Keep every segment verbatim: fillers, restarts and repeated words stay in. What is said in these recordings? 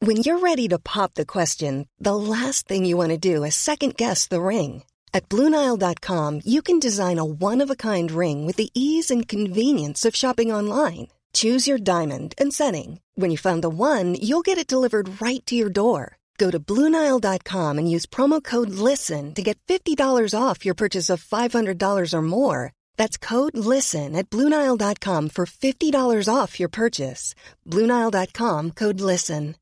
When you're ready to pop the question, the last thing you want to do is second-guess the ring. At Blue Nile dot com, you can design a one-of-a-kind ring with the ease and convenience of shopping online. Choose your diamond and setting. When you find the one, you'll get it delivered right to your door. Go to Blue Nile dot com and use promo code LISTEN to get fifty dollars off your purchase of five hundred dollars or more. That's code LISTEN at Blue Nile dot com for fifty dollars off your purchase. Blue Nile dot com, code LISTEN.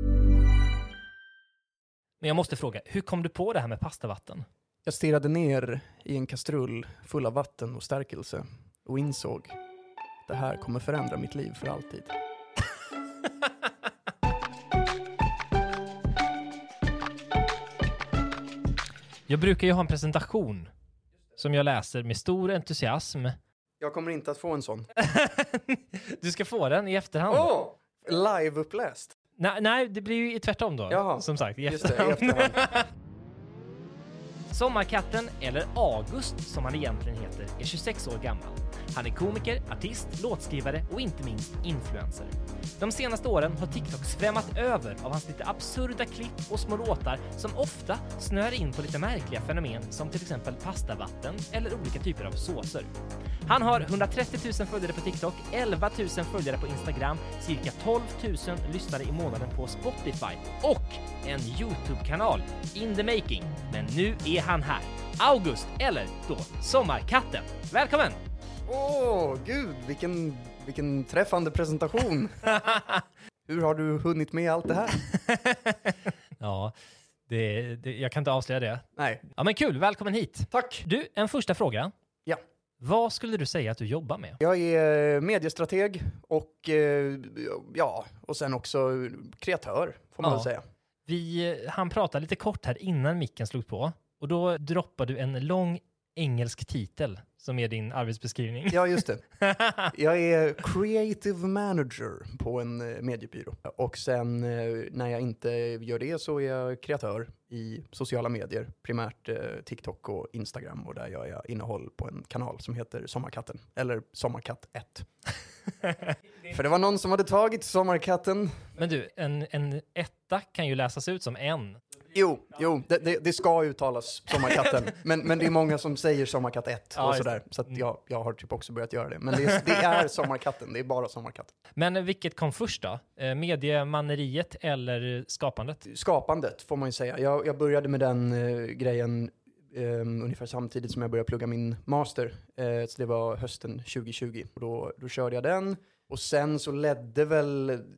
Men jag måste fråga, hur kom du på det här med pastavatten? Jag stirrade ner i en kastrull full av vatten och stärkelse och insåg det här kommer förändra mitt liv för alltid. Jag brukar ju ha en presentation som jag läser med stor entusiasm. Jag kommer inte att få en sån. Du ska få den i efterhand. Åh! Oh, live-uppläst. Nej, nej, det blir ju tvärtom då. Jaha. Som sagt, i Just det, efterhand. i efterhand. Sommarkatten, eller August som han egentligen heter, är tjugosex år gammal. Han är komiker, artist, låtskrivare och inte minst influencer. De senaste åren har TikTok svämmat över av hans lite absurda klipp och små låtar som ofta snör in på lite märkliga fenomen som till exempel pastavatten eller olika typer av såser. Han har hundratrettio tusen följare på TikTok, elva tusen följare på Instagram, cirka tolv tusen lyssnare i månaden på Spotify och en YouTube-kanal in the making. Men nu är han här. August, eller då Sommarkatten. Välkommen! Åh, oh, gud, vilken, vilken träffande presentation. Hur har du hunnit med allt det här? Ja, det, det, jag kan inte avslöja det. Nej. Ja, men kul, välkommen hit. Tack. Du, en första fråga. Ja. Vad skulle du säga att du jobbar med? Jag är mediestrateg och, ja, och sen också kreatör, får man ja. väl säga. Vi, han pratade lite kort här innan micken slog på. Och då droppar du en lång engelsk titel som är din arbetsbeskrivning. Ja, just det. Jag är creative manager på en mediebyrå. Och sen när jag inte gör det så är jag kreatör i sociala medier. Primärt eh, TikTok och Instagram. Och där gör jag innehåll på en kanal som heter Sommarkatten. Eller Sommarkatt ett. För det var någon som hade tagit Sommarkatten. Men du, en, en etta kan ju läsas ut som en. Jo, jo det, det, det ska uttalas Sommarkatten. men, men det är många som säger Sommarkatt ett ja, och sådär. Så att jag, jag har typ också börjat göra det. Men det är, det är Sommarkatten, det är bara Sommarkatten. Men vilket kom först då? Eh, mediemanneriet eller skapandet? Skapandet får man ju säga. Jag, jag började med den eh, grejen eh, ungefär samtidigt som jag började plugga min master. Eh, så det var hösten tjugo tjugo. Och då, då körde jag den. Och sen så ledde väl eh,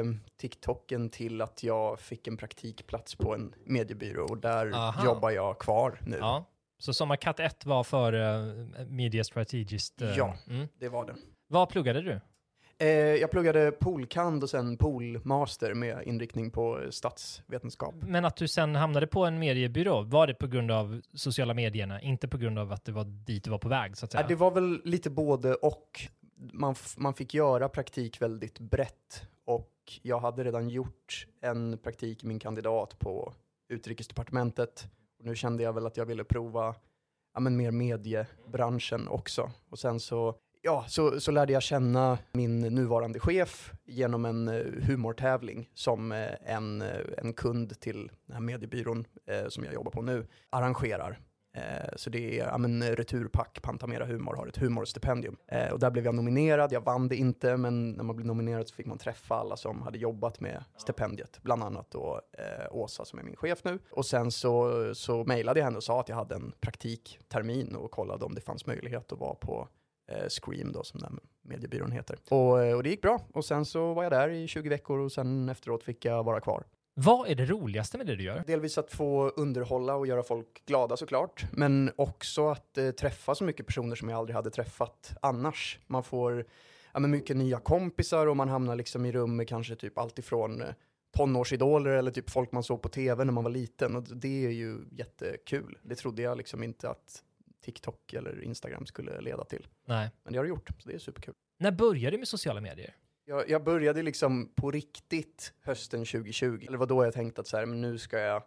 TikToken till att jag fick en praktikplats på en mediebyrå. Och där Aha. jobbar jag kvar nu. Ja. Så Sommarkatt ett var för uh, Media Strategist? Uh, ja, mm. det var det. Vad pluggade du? Eh, jag pluggade poolkand och sen poolmaster med inriktning på statsvetenskap. Men att du sen hamnade på en mediebyrå, var det på grund av sociala medierna? Inte på grund av att det var dit du var på väg, så att säga? Ja, det var väl lite både och. Man, f- man fick göra praktik väldigt brett. Och jag hade redan gjort en praktik i min kandidat på Utrikesdepartementet. Och nu kände jag väl att jag ville prova ja, men mer mediebranschen också. Och sen så, ja, så, så lärde jag känna min nuvarande chef genom en uh, humortävling som uh, en, uh, en kund till den här mediebyrån uh, som jag jobbar på nu arrangerar. Uh, så det är ja, men, Returpack, Pantamera Humor har ett humorstipendium. Uh, och där blev jag nominerad, jag vann det inte, men när man blev nominerad så fick man träffa alla som hade jobbat med stipendiet. Bland annat då uh, Åsa som är min chef nu. Och sen så, så mejlade jag henne och sa att jag hade en praktiktermin och kollade om det fanns möjlighet att vara på uh, Scream då, som den mediebyrån heter. Och, och det gick bra. Och sen så var jag där i tjugo veckor och sen efteråt fick jag vara kvar. Vad är det roligaste med det du gör? Delvis att få underhålla och göra folk glada såklart. Men också att eh, träffa så mycket personer som jag aldrig hade träffat annars. Man får ja, men mycket nya kompisar och man hamnar liksom i rum med kanske typ allt ifrån eh, tonårsidoler eller typ folk man såg på tv när man var liten. Och det är ju jättekul. Det trodde jag liksom inte att TikTok eller Instagram skulle leda till. Nej. Men det har det gjort, så det är superkul. När började du med sociala medier? Jag, jag började liksom på riktigt hösten tjugo tjugo. Eller var då jag tänkte att så här, men nu ska jag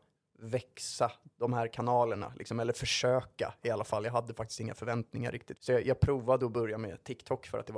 växa de här kanalerna. Liksom, eller försöka i alla fall. Jag hade faktiskt inga förväntningar riktigt. Så jag, jag provade att börja med TikTok för att det var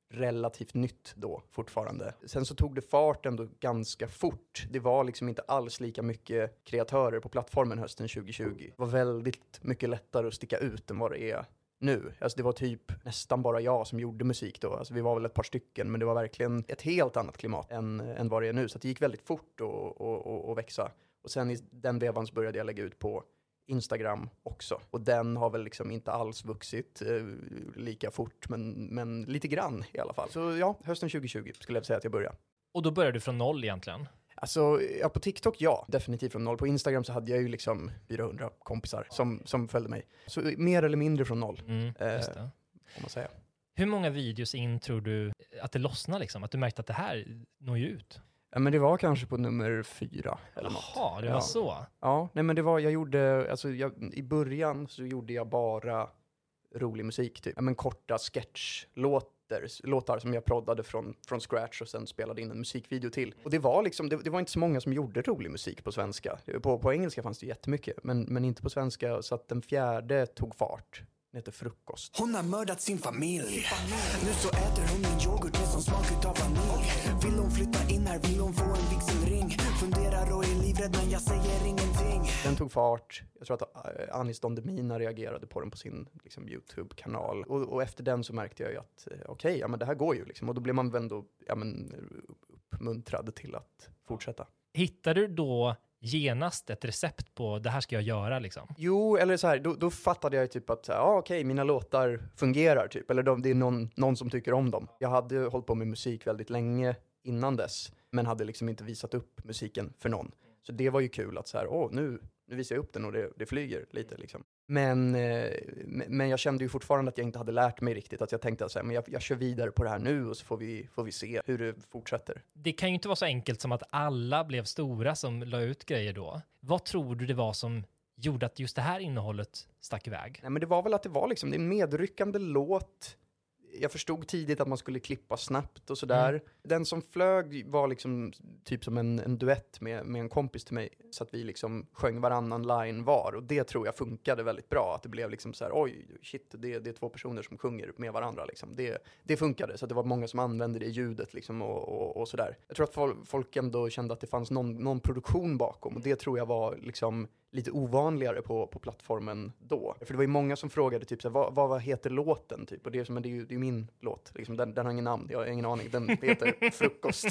relativt nytt då fortfarande. Sen så tog det fart ändå ganska fort. Det var liksom inte alls lika mycket kreatörer på plattformen hösten tjugo tjugo. Det var väldigt mycket lättare att sticka ut än vad det är nu. Alltså det var typ nästan bara jag som gjorde musik då. Alltså vi var väl ett par stycken, men det var verkligen ett helt annat klimat än, än vad det är nu. Så att det gick väldigt fort att och, och, och växa. Och sen i den vevan så började jag lägga ut på Instagram också. Och den har väl liksom inte alls vuxit eh, lika fort, men, men lite grann i alla fall. Så ja, hösten tjugo tjugo skulle jag säga att jag började. Och då började du från noll egentligen? Alltså, ja, på TikTok, ja. Definitivt från noll. På Instagram så hade jag ju liksom fyrahundra kompisar som, som följde mig. Så mer eller mindre från noll, mm, just det. Eh, om man säger. Hur många videos in tror du att det lossnade liksom? Att du märkte att det här når ju ut? Ja, men det var kanske på nummer fyra eller något. Jaha, det var ja. så? Ja, nej men det var, jag gjorde, alltså jag, i början så gjorde jag bara rolig musik typ. Ja, men korta sketchlåtar, låtar som jag proddade från, från scratch och sen spelade in en musikvideo till. Och det var liksom, det, det var inte så många som gjorde rolig musik på svenska. På, på engelska fanns det jättemycket, men, men inte på svenska, så att den fjärde tog fart. Den heter Frukost. Hon har mördat sin familj. Nu så äter hon min yoghurt med som smak utav vanilj. Vill hon flytta in här, vill hon få en vigselring. Funderar och är livrädd men jag säger ingenting. Den tog fart. Jag tror att Anis Don Demina reagerade på den på sin liksom, YouTube-kanal. Och, och efter den så märkte jag ju att okej, okay, ja men det här går ju liksom. Och då blev man ändå ja, men, uppmuntrad till att fortsätta. Hittar du då genast ett recept på det här ska jag göra liksom? Jo, eller så här, då, då fattade jag typ att ja, okej, okay, mina låtar fungerar typ. Eller de, det är någon, någon som tycker om dem. Jag hade hållit på med musik väldigt länge innan dess, men hade liksom inte visat upp musiken för någon. Så det var ju kul att så här, åh, nu, nu visar jag upp den och det, det flyger lite liksom. Men, eh, men jag kände ju fortfarande att jag inte hade lärt mig riktigt. Att jag tänkte att så här, men jag, jag kör vidare på det här nu och så får vi, får vi se hur det fortsätter. Det kan ju inte vara så enkelt som att alla blev stora som la ut grejer då. Vad tror du det var som gjorde att just det här innehållet stack iväg? Nej, men det var väl att det var liksom, det är en medryckande låt. Jag förstod tidigt att man skulle klippa snabbt och sådär. Mm. Den som flög var liksom typ som en, en duett med, med en kompis till mig. Så att vi liksom sjöng varannan line var. Och det tror jag funkade väldigt bra. Att det blev liksom så här, oj, shit, det, det är två personer som sjunger med varandra. Liksom. Det, det funkade. Så att det var många som använde det ljudet liksom och, och, och sådär. Jag tror att folk, folk ändå kände att det fanns någon, någon produktion bakom. Och det tror jag var liksom lite ovanligare på, på plattformen då. För det var ju många som frågade typ så här, vad, vad heter låten typ? Och det är, som, det är ju det är min låt. Liksom, den, den har ingen namn, jag har ingen aning. Den heter Frukost.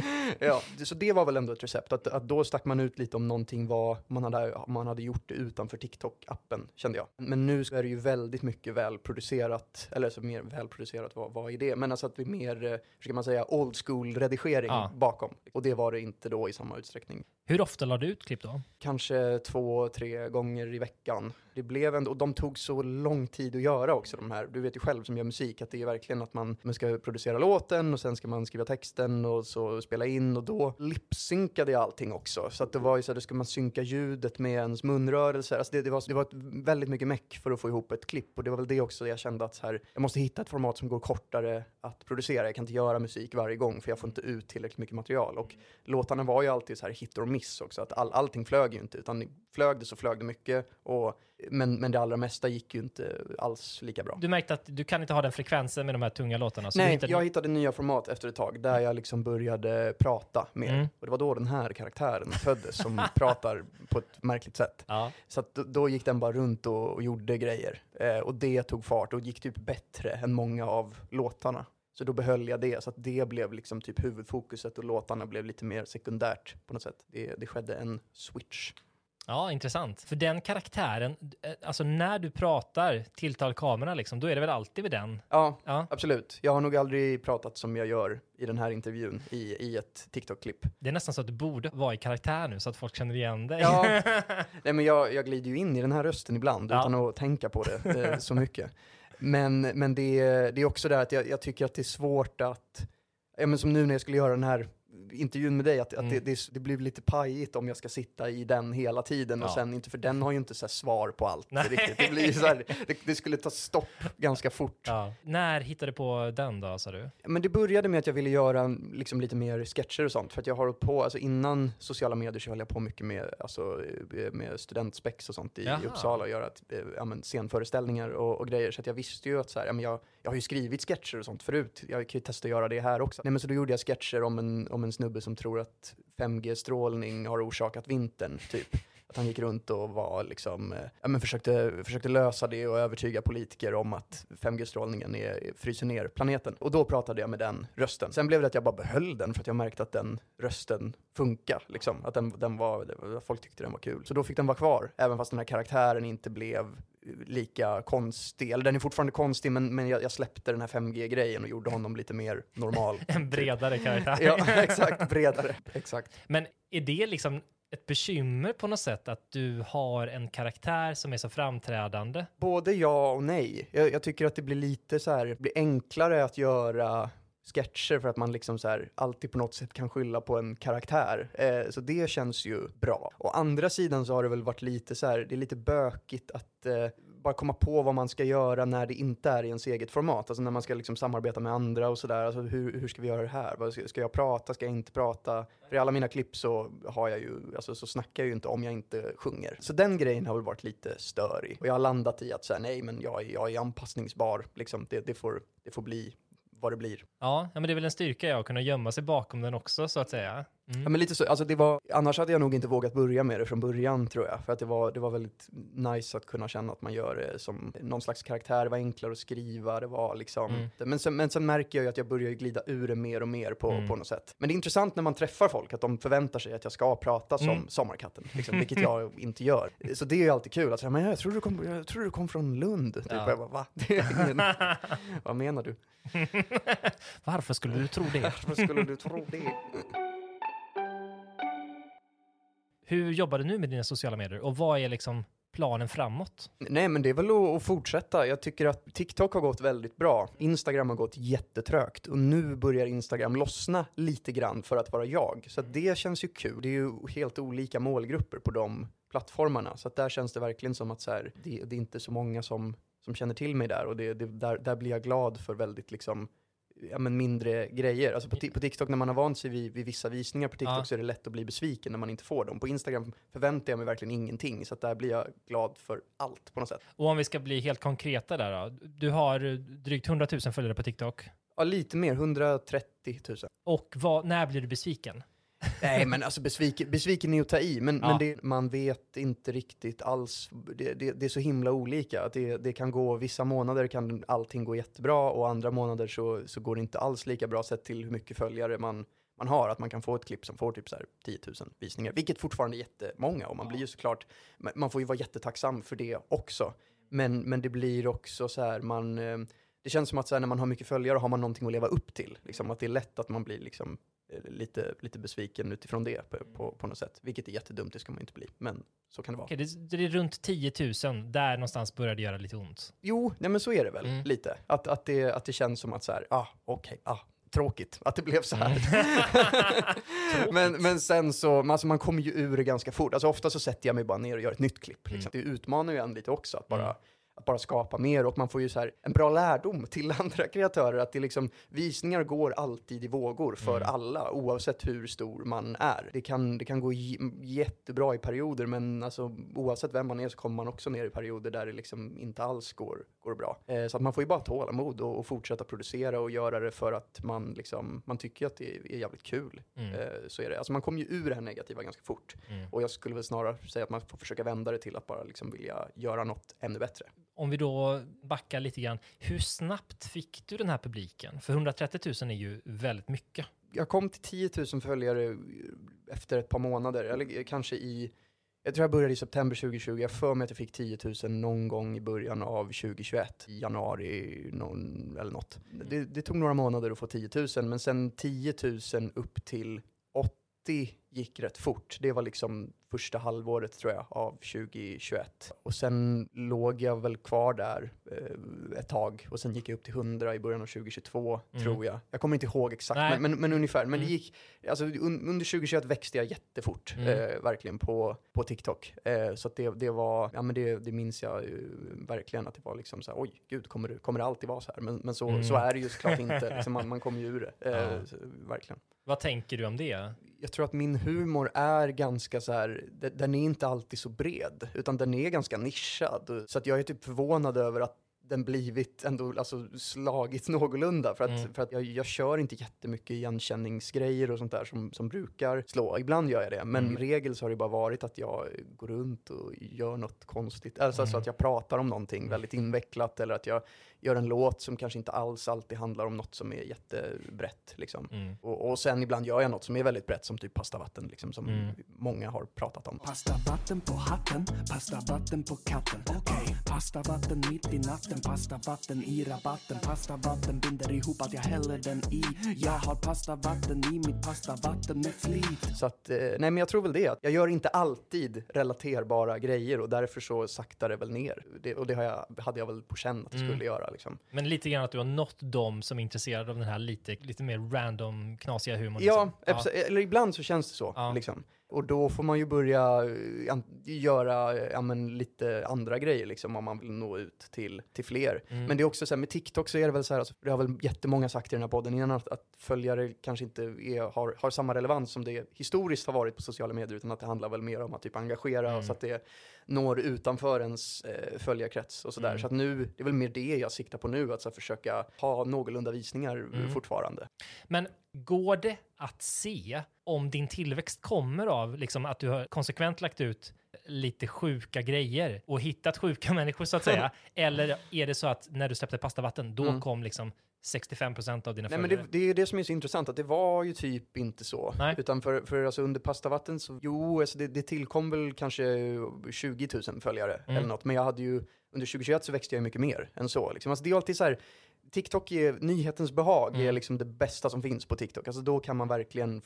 Ja, så det var väl ändå ett recept. Att, att då stack man ut lite om någonting var, man hade, man hade gjort det utanför TikTok-appen, kände jag. Men nu så är det ju väldigt mycket välproducerat. Eller så mer välproducerat, vad, vad är det? Men alltså att vi mer, hur ska man säga, old school-redigering ja. bakom. Och det var det inte då i samma utsträckning. Hur ofta lade du ut klipp då? Kanske två, tre gånger i veckan. Det blev ändå, och de tog så lång tid att göra också de här. Du vet ju själv som gör musik att det är verkligen att man, man ska producera låten och sen ska man skriva texten och så spela in och då lipsynkade jag allting också. Så att det var ju så här, då ska man synka ljudet med ens munrörelser. Alltså det, det, var, det var ett väldigt mycket meck för att få ihop ett klipp och det var väl det också jag kände att så här, jag måste hitta ett format som går kortare att producera. Jag kan inte göra musik varje gång för jag får inte ut tillräckligt mycket material och låtarna var ju alltid så här hit or miss också. Att all, allting flög ju inte utan flög det så flög det mycket och Men, men det allra mesta gick ju inte alls lika bra. Du märkte att du kan inte ha den frekvensen med de här tunga låtarna. Så Nej, du hittade... jag hittade nya format efter ett tag där jag liksom började prata mer. Mm. Och det var då den här karaktären föddes som pratar på ett märkligt sätt. Ja. Så att då, då gick den bara runt och, och gjorde grejer. Eh, och det tog fart och gick typ bättre än många av låtarna. Så då behöll jag det, så att det blev liksom typ huvudfokuset och låtarna blev lite mer sekundärt på något sätt. Det, det skedde en switch. Ja, intressant. För den karaktären, alltså när du pratar tilltal kameran liksom, då är det väl alltid vid den? Ja, ja, absolut. Jag har nog aldrig pratat som jag gör i den här intervjun i, i ett TikTok-klipp. Det är nästan så att du borde vara i karaktär nu så att folk känner igen dig. Ja, nej, men jag, jag glider ju in i den här rösten ibland ja. utan att tänka på det eh, så mycket. Men, men det, det är också det att jag, jag tycker att det är svårt att, ja, men som nu när jag skulle göra den här intervjun med dig att, Mm. att det, det, det blir lite pajigt om jag ska sitta i den hela tiden och Ja. sen inte, för den har ju inte så här svar på allt Nej. riktigt. Det blir ju så här, det, det skulle ta stopp ganska fort. Ja. När hittade du på den då, sa du? Men det började med att jag ville göra liksom lite mer sketcher och sånt, för att jag har hållit på, alltså innan sociala medier så höll jag på mycket med, alltså, med studentspex och sånt i, i Uppsala och göra ett, ja, men, scenföreställningar och, och grejer, så att jag visste ju att så här, ja, men jag, jag har ju skrivit sketcher och sånt förut, jag kan ju testa att göra det här också. Nej, men så då gjorde jag sketcher om en, om en snubbe som tror att fem G-strålning har orsakat vintern, typ. Att han gick runt och var liksom, ja, men försökte, försökte lösa det och övertyga politiker om att fem G-strålningen är, fryser ner planeten. Och då pratade jag med den rösten. Sen blev det att jag bara behöll den för att jag märkte att den rösten funkar. Liksom. Att den, den var, folk tyckte den var kul. Så då fick den vara kvar, även fast den här karaktären inte blev lika konstig. Eller den är fortfarande konstig, men, men jag, jag släppte den här fem G-grejen och gjorde honom lite mer normal. En bredare karaktär. Ja, exakt. Bredare. Exakt. Men är det liksom ett bekymmer på något sätt att du har en karaktär som är så framträdande? Både ja och nej. Jag, jag tycker att det blir lite så här, det blir enklare att göra sketcher för att man liksom så här alltid på något sätt kan skylla på en karaktär. Eh, så det känns ju bra. Å andra sidan så har det väl varit lite så här, det är lite bökigt att eh, bara komma på vad man ska göra när det inte är i ens eget format. Alltså när man ska liksom samarbeta med andra och sådär. Alltså hur, hur ska vi göra det här? Vad ska, ska jag prata? Ska jag inte prata? För i alla mina klipp så har jag ju, alltså så snackar jag ju inte om jag inte sjunger. Så den grejen har väl varit lite störig. Och jag har landat i att säga nej, men jag, jag är anpassningsbar. Liksom, det, det, får, det får bli vad det blir. Ja, men det är väl en styrka jag att kunna gömma sig bakom den också, så att säga. Mm. Ja, men lite så, alltså det var, annars hade jag nog inte vågat börja med det från början, tror jag. För att det var, det var väldigt nice att kunna känna att man gör det som någon slags karaktär. Det var enklare att skriva, det var liksom... Mm. Men, sen, men sen märker jag ju att jag börjar glida ur det mer och mer på, Mm. på något sätt. Men det är intressant när man träffar folk, att de förväntar sig att jag ska prata som Mm. Sommarkatten. Liksom, vilket jag inte gör. Så det är ju alltid kul. Alltså, men jag, tror du kom, jag tror du kom från Lund. Typ. Ja. Jag bara, va? Det är ingen... Vad menar du? Varför skulle du tro det? Varför skulle du tro det? Hur jobbar du nu med dina sociala medier? Och vad är liksom planen framåt? Nej, men det är väl att, att fortsätta. Jag tycker att TikTok har gått väldigt bra. Instagram har gått jättetrögt. Och nu börjar Instagram lossna lite grann för att vara jag. Så att det känns ju kul. Det är ju helt olika målgrupper på de plattformarna. Så att där känns det verkligen som att så här, det, det är inte så många som, som känner till mig där. Och det, det, där, där blir jag glad för väldigt liksom... Ja, men mindre grejer. Alltså på, t- på TikTok, när man har vant sig vid, vid vissa visningar på TikTok, Ja. så är det lätt att bli besviken när man inte får dem. På Instagram förväntar jag mig verkligen ingenting, så att där blir jag glad för allt på något sätt. Och om vi ska bli helt konkreta där då. Du har drygt hundratusen följare på TikTok. Ja, lite mer, hundratrettio tusen. Och vad, när blir du besviken? Nej, men alltså besviken, besviken är att ta i, men, Ja. men det, man vet inte riktigt alls. Det, det, det är så himla olika. Att det, det kan gå, vissa månader kan allting gå jättebra, och andra månader så, så går det inte alls lika bra sett till hur mycket följare man, man har. Att man kan få ett klipp som får typ så här tio tusen visningar, vilket fortfarande är jättemånga, och man blir ju såklart, man får ju vara jättetacksam för det också. Men, men det blir också så här, man... eh, Det känns som att så här, när man har mycket följare har man någonting att leva upp till. Liksom, att det är lätt att man blir liksom lite, lite besviken utifrån det på, på, på något sätt. Vilket är jättedumt, det ska man inte bli. Men så kan det vara. Okej, det, det är runt tio tusen. Där någonstans börjar det göra lite ont. Jo, nej men så är det väl Mm. lite. Att, att, det, att det känns som att så här, ah, okej, okay, ah, tråkigt att det blev så här. men, men sen så, alltså man kommer ju ur det ganska fort. Alltså ofta så sätter jag mig bara ner och gör ett nytt klipp. Liksom. Det utmanar ju en lite också att bara... Mm. att bara skapa mer, och man får ju så här en bra lärdom till andra kreatörer, att det liksom, visningar går alltid i vågor för Mm. alla, oavsett hur stor man är. Det kan, det kan gå j- jättebra i perioder, men alltså, oavsett vem man är så kommer man också ner i perioder där det liksom inte alls går, går bra. Eh, så att man får ju bara tålamod och, och fortsätta producera och göra det för att man, liksom, man tycker att det är, är jävligt kul. Mm. Eh, så är det. Alltså man kommer ju ur det här negativa ganska fort. Mm. Och jag skulle väl snarare säga att man får försöka vända det till att bara liksom vilja göra något ännu bättre. Om vi då backar lite grann. Hur snabbt fick du den här publiken? För hundratrettio tusen är ju väldigt mycket. Jag kom till tio tusen följare efter ett par månader. Eller kanske i... Jag tror jag började i september tjugohundratjugo. Jag för mig att jag fick tio tusen någon gång i början av tjugohundratjugoett. I januari någon, eller något. Det, det tog några månader att få tio tusen. Men sen tio tusen upp till åttio gick rätt fort. Det var liksom första halvåret tror jag av tjugohundratjugoett. Och sen låg jag väl kvar där eh, ett tag. Och sen gick jag upp till hundra i början av tjugohundratjugotvå mm. tror jag. Jag kommer inte ihåg exakt men, men, men ungefär. Men mm. det gick, alltså un, under tjugohundratjugoett växte jag jättefort. Mm. Eh, verkligen på, på TikTok. Eh, så att det, det var, ja men det, det minns jag uh, verkligen att det var liksom så här, oj gud kommer det, kommer det alltid vara så här? Men, men så, mm. så är det ju såklart inte. Liksom, man, man kommer ju ur det. Eh, ja. så, verkligen. Vad tänker du om det? Jag tror att min humor är ganska så här, den är inte alltid så bred, utan den är ganska nischad. Så att jag är typ förvånad över att den blivit ändå alltså, slagit någorlunda. För att, mm. för att jag, jag kör inte jättemycket igenkänningsgrejer och sånt där som, som brukar slå. Ibland gör jag det, men mm. i regel så har det bara varit att jag går runt och gör något konstigt. Alltså mm. så att jag pratar om någonting mm. väldigt invecklat, eller att jag gör en låt som kanske inte alls alltid handlar om något som är jättebrett. Liksom. Mm. Och, och sen ibland gör jag något som är väldigt brett, som typ pasta vatten, liksom, som mm. många har pratat om. Pasta vatten på hatten, pasta vatten på katten. Okej, okay. Pasta vatten mitt i natten, pasta vatten i rabatten. Pasta vatten binder ihop att jag häller den i. Jag har pasta vatten i mitt pasta vatten med flit. Så att, eh, nej men jag tror väl det. Jag gör inte alltid relaterbara grejer och därför så saktar det väl ner. Det, och det har jag, hade jag väl på känn att det mm. skulle göra. Liksom. Men lite grann att du har nått dem som är intresserade av den här lite, lite mer random, knasiga humorn. Ja, liksom. ja. Eller ibland så känns det så. Ja. Liksom. Och då får man ju börja uh, göra ja, men, lite andra grejer liksom, om man vill nå ut till, till fler. Mm. Men det är också så här, med TikTok så är det väl så här, alltså, det har väl jättemånga sagt i den här podden innan, att, att följare kanske inte är, har, har samma relevans som det historiskt har varit på sociala medier, utan att det handlar väl mer om att typ engagera mm. så att det når utanför ens eh, följarkrets och sådär. Mm. Så att nu, det är väl mer det jag siktar på nu, att så här, försöka ha någorlunda visningar mm. fortfarande. Men går det att se om din tillväxt kommer av liksom, att du har konsekvent lagt ut lite sjuka grejer och hittat sjuka människor så att säga? Eller är det så att när du släppte pasta vatten, då mm. kom liksom sextiofem procent av dina Nej, följare? Men det, det är det som är så intressant, att det var ju typ inte så. Nej. Utan för, för alltså, under pasta vatten så, jo, alltså det, det tillkom väl kanske tjugo tusen följare mm. eller något. Men jag hade ju, under tjugohundratjugoett så växte jag mycket mer än så. Liksom. Alltså, det är alltid så här, TikTok är nyhetens behag, mm. är liksom det bästa som finns på TikTok. Alltså då kan man verkligen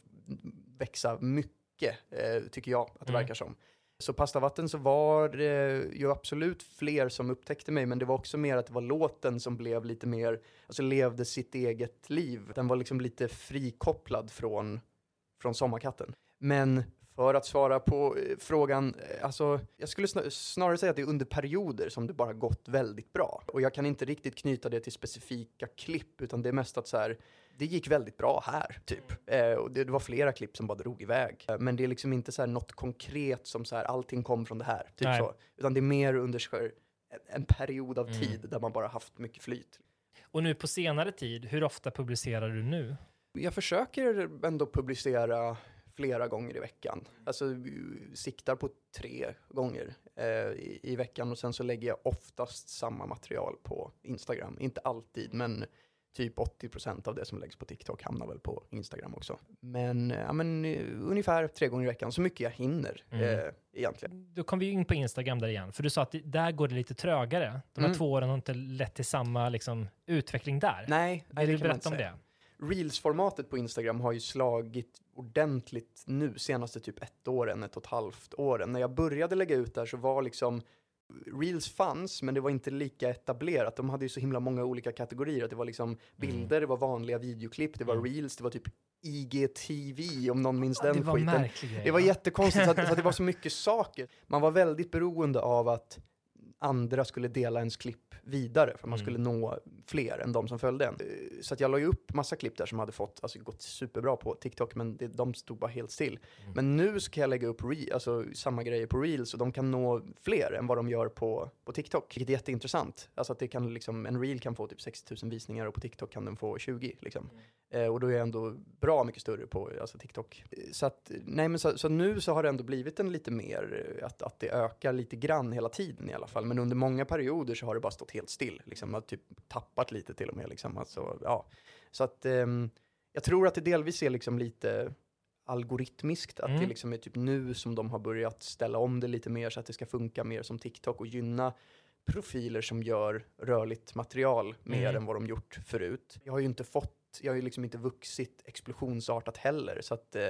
växa mycket, eh, tycker jag att det mm. verkar som. Så pasta vatten så var det ju absolut fler som upptäckte mig, men det var också mer att det var låten som blev lite mer, alltså levde sitt eget liv. Den var liksom lite frikopplad från, från Sommarkatten. Men för att svara på eh, frågan, eh, alltså jag skulle snar- snarare säga att det är under perioder som det bara gått väldigt bra. Och jag kan inte riktigt knyta det till specifika klipp, utan det är mest att så här, det gick väldigt bra här, typ. Eh, och det, det var flera klipp som bara drog iväg. Eh, men det är liksom inte så här något konkret som så här, allting kom från det här, typ så. Utan det är mer under så här, en period av mm. tid där man bara haft mycket flyt. Och nu på senare tid, hur ofta publicerar du nu? Jag försöker ändå publicera flera gånger i veckan. Alltså siktar på tre gånger eh, i, i veckan, och sen så lägger jag oftast samma material på Instagram. Inte alltid, men typ åttio procent av det som läggs på TikTok hamnar väl på Instagram också. Men, ja, men uh, ungefär tre gånger i veckan, så mycket jag hinner mm. eh, egentligen. Då kom vi in på Instagram där igen, för du sa att det, där går det lite trögare. De här mm. två åren har inte lett till samma liksom, utveckling där. Nej, Vill du berätta om det? Reels-formatet på Instagram har ju slagit ordentligt nu, senaste typ ett år, en ett och ett halvt år. När jag började lägga ut där så var liksom Reels fanns, men det var inte lika etablerat. De hade ju så himla många olika kategorier. Att det var liksom bilder, mm. det var vanliga videoklipp, det var mm. Reels, det var typ I G T V, om någon minns ja, den det var skiten. Det var jättekonstigt, så att, så att det var så mycket saker. Man var väldigt beroende av att andra skulle dela ens klipp vidare, för man skulle mm. nå fler än de som följde en. Så att jag la ju upp massa klipp där som hade fått, alltså gått superbra på TikTok, men det, de stod bara helt still. Mm. Men nu så kan jag lägga upp re, alltså samma grejer på Reels, och de kan nå fler än vad de gör på, på TikTok. Vilket är jätteintressant. Alltså att det kan liksom, en reel kan få typ sextio tusen visningar, och på TikTok kan den få tjugo liksom. Mm. Eh, och då är jag ändå bra mycket större på alltså TikTok. Så att, nej men så, så nu så har det ändå blivit en lite mer, att, att det ökar lite grann hela tiden i alla fall. Men under många perioder så har det bara stått helt still. Liksom, man har typ tappat lite till och med. Liksom. Alltså, ja. Så att eh, jag tror att det delvis är liksom lite algoritmiskt. Att mm. det liksom är typ nu som de har börjat ställa om det lite mer så att det ska funka mer som TikTok och gynna profiler som gör rörligt material mer mm. än vad de gjort förut. Jag har ju inte fått, jag har ju liksom inte vuxit explosionsartat heller, så att eh,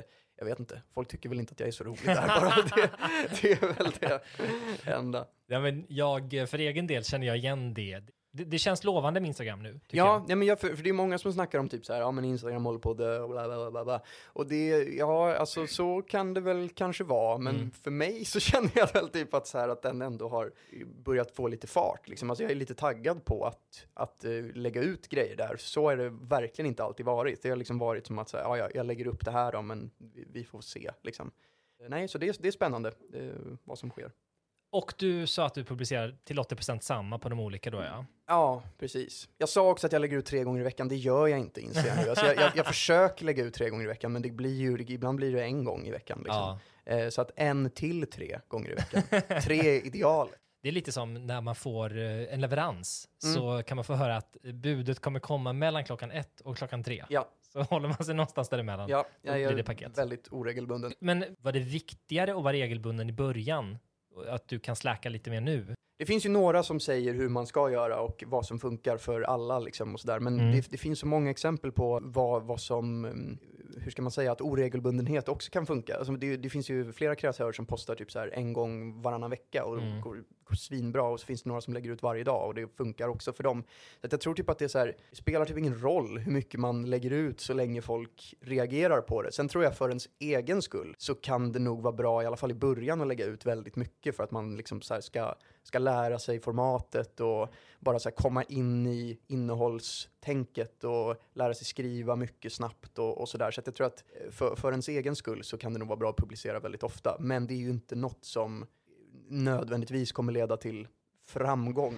jag vet inte, folk tycker väl inte att jag är så rolig där bara. det, det är väl det enda. Ja, men jag, för egen del känner jag igen det. Det, det känns lovande med Instagram nu. Ja, ja men jag, för, för det är många som snackar om typ så här, ja men Instagram håller på att dö och bla bla bla bla. Och det, ja alltså så kan det väl kanske vara, men mm. för mig så känner jag väl typ att så här att den ändå har börjat få lite fart liksom. Alltså jag är lite taggad på att, att uh, lägga ut grejer där. Så är det verkligen inte alltid varit. Det har liksom varit som att så här, ja, jag, jag lägger upp det här då, men vi, vi får se liksom. Nej, så det, det är spännande uh, vad som sker. Och du sa att du publicerar till åttio procent samma på de olika då, ja? Ja, precis. Jag sa också att jag lägger ut tre gånger i veckan. Det gör jag inte, inser jag nu. Alltså jag, jag, jag försöker lägga ut tre gånger i veckan, men det blir ju, ibland blir det en gång i veckan. Liksom. Ja. Eh, så att en till tre gånger i veckan. Tre är idealet. Det är lite som när man får en leverans, mm. så kan man få höra att budet kommer komma mellan klockan ett och klockan tre. Ja. Så håller man sig någonstans däremellan. Ja, jag är det paket. väldigt oregelbunden. Men var det viktigare att vara regelbunden i början? Att du kan släcka lite mer nu? Det finns ju några som säger hur man ska göra och vad som funkar för alla liksom och sådär. Men mm. det, det finns så många exempel på vad, vad som, hur ska man säga, att oregelbundenhet också kan funka. Alltså det, det finns ju flera kreatörer som postar typ så här en gång varannan vecka och mm. går, går svinbra. Och så finns det några som lägger ut varje dag och det funkar också för dem. Så att jag tror typ att det är så här, det spelar typ ingen roll hur mycket man lägger ut så länge folk reagerar på det. Sen tror jag för ens egen skull så kan det nog vara bra, i alla fall i början, att lägga ut väldigt mycket för att man liksom så här ska, ska lära sig formatet och bara så här komma in i innehållstänket och lära sig skriva mycket snabbt och, och sådär. Så att jag tror att för, för ens egen skull så kan det nog vara bra att publicera väldigt ofta. Men det är ju inte något som nödvändigtvis kommer leda till framgång.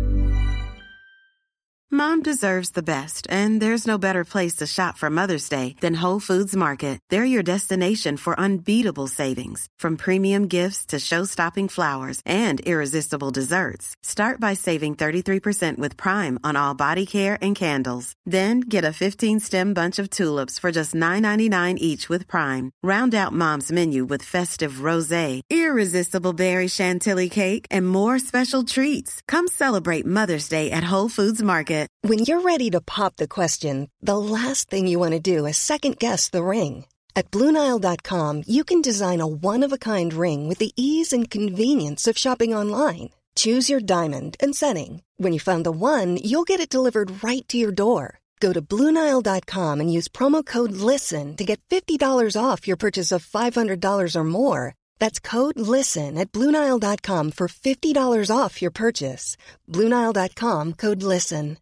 Mom deserves the best, and there's no better place to shop for Mother's Day than Whole Foods Market. They're your destination for unbeatable savings, from premium gifts to show-stopping flowers and irresistible desserts. Start by saving thirty-three percent with Prime on all body care and candles. Then get a fifteen-stem bunch of tulips for just nine ninety-nine each with Prime. Round out Mom's menu with festive rosé, irresistible berry chantilly cake, and more special treats. Come celebrate Mother's Day at Whole Foods Market. When you're ready to pop the question, the last thing you want to do is second-guess the ring. At Blue Nile dot com, you can design a one-of-a-kind ring with the ease and convenience of shopping online. Choose your diamond and setting. When you find the one, you'll get it delivered right to your door. Go to Blue Nile dot com and use promo code LISTEN to get fifty dollars off your purchase of five hundred dollars or more. That's code LISTEN at Blue Nile dot com for fifty dollars off your purchase. Blue Nile dot com, code LISTEN.